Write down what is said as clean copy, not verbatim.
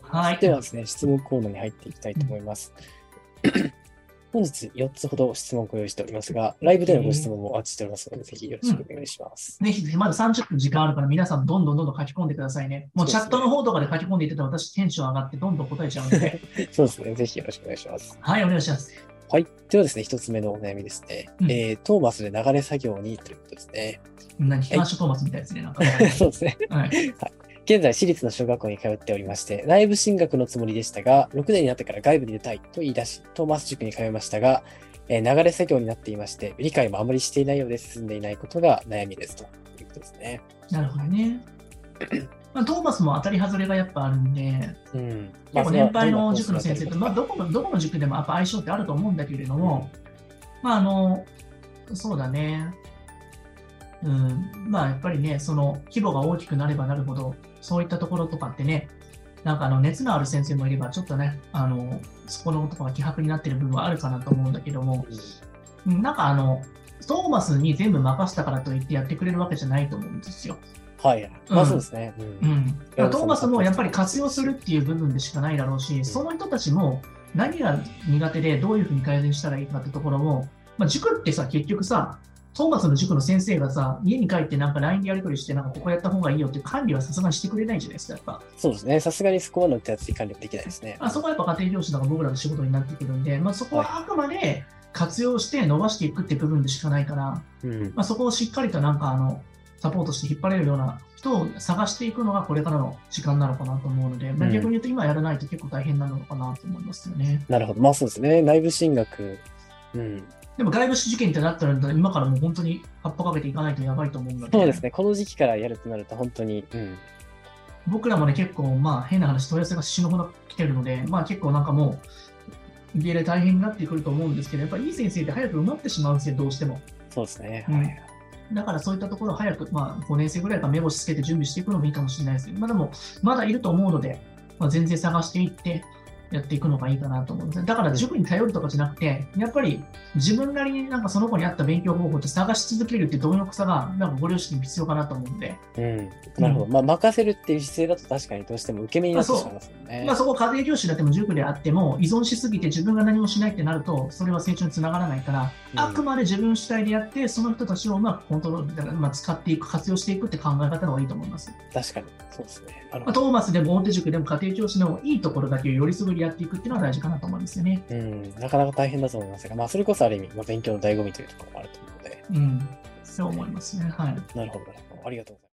はい。 ではですね、質問コーナーに入っていきたいと思います。本日4つほど質問をご用意しておりますが、ライブでのご質問もお待ちしておりますので、ぜひよろしくお願いします。 ぜひぜひ、まだ30分時間あるから皆さんどんどん書き込んでくださいね。もうチャットの方とかで書き込んでいってたら私テンション上がってどんどん答えちゃうので。 そうですね。ぜひよろしくお願いします。 はい、お願いします。 はい。ではですね、一つ目のお悩みですね。トーマスで流れ作業にということですね。 機関書トーマスみたいですね。なんかそうですね。はい。現在、私立の小学校に通っておりまして、内部進学のつもりでしたが、6年になってから外部に出たいと言い出し、トーマス塾に通いましたが、流れ作業になっていまして、理解もあまりしていないようで進んでいないことが悩みですということですね。 なるほどね。トーマスも当たり外れがやっぱあるんで、結構年配の塾の先生と、どこの塾でもやっぱ相性ってあると思うんだけれども、そうだね。やっぱりね、その規模が大きくなればなるほど、そういったところとかってね、なんか熱のある先生もいれば、ちょっとね、そこのところが希薄になっている部分はあるかなと思うんだけども、なんかトーマスに全部任せたからといってやってくれるわけじゃないと思うんですよ。 はい。まあそうですね。 トーマスもやっぱり活用するっていう部分でしかないだろうし、その人たちも何が苦手でどういうふうに改善したらいいかってところも、塾ってさ、結局さ、トーマスの塾の先生がさ、家に帰ってなんか LINE でやり取りして、なんかここやった方がいいよって管理はさすがにしてくれないじゃないですか、やっぱ。 そうですね。さすがにそこまでの手厚い管理はできないですね。 そこはやっぱ家庭教師とか僕らの仕事になってくるんで、そこはあくまで活用して伸ばしていくって部分でしかないから、そこをしっかりとなんかサポートして引っ張れるような人を探していくのがこれからの時間なのかなと思うので、逆に言うと今やらないと結構大変なのかなと思いますよね。 なるほど。まあそうですね。内部進学。 でも外部試験ってなったら今からもう本当に葉っぱかけていかないとやばいと思うので。 そうですね。この時期からやるとなると本当に。 僕らもね、結構変な話、問い合わせが死ぬほど来てるので、結構なんかもう、受け入れ大変になってくると思うんですけど、やっぱりいい先生って早く埋まってしまうんですよ、どうしても。 そうですね。 だからそういったところを早く、5年生ぐらいから目星つけて準備していくのもいいかもしれないですけど、でも、まだいると思うので、全然探していって、やっていくのがいいかなと思うんですね。だから塾に頼るとかじゃなくて、やっぱり自分なりになんかその子に合った勉強方法って探し続けるっていう貪欲さが、なんかご両親に必要かなと思うんで。 なるほど。任せるっていう姿勢だと確かにどうしても受け身になってしまいますよね。 そこ家庭教師であっても塾であっても、依存しすぎて自分が何もしないってなると、それは成長につながらないから、あくまで自分主体でやって、その人たちをうまくコントロール、使っていく、活用していくって考え方の方がいいと思います。 確かに。そうですね。 トーマスでも大手塾でも家庭教師のいいところだけをよりすぐりやっていくっていうのは大事かなと思うんですよね。 なかなか大変だと思いますが、それこそある意味、勉強の醍醐味というところもあると思うので。 そう思いますね。はい。 なるほど。ありがとうございます。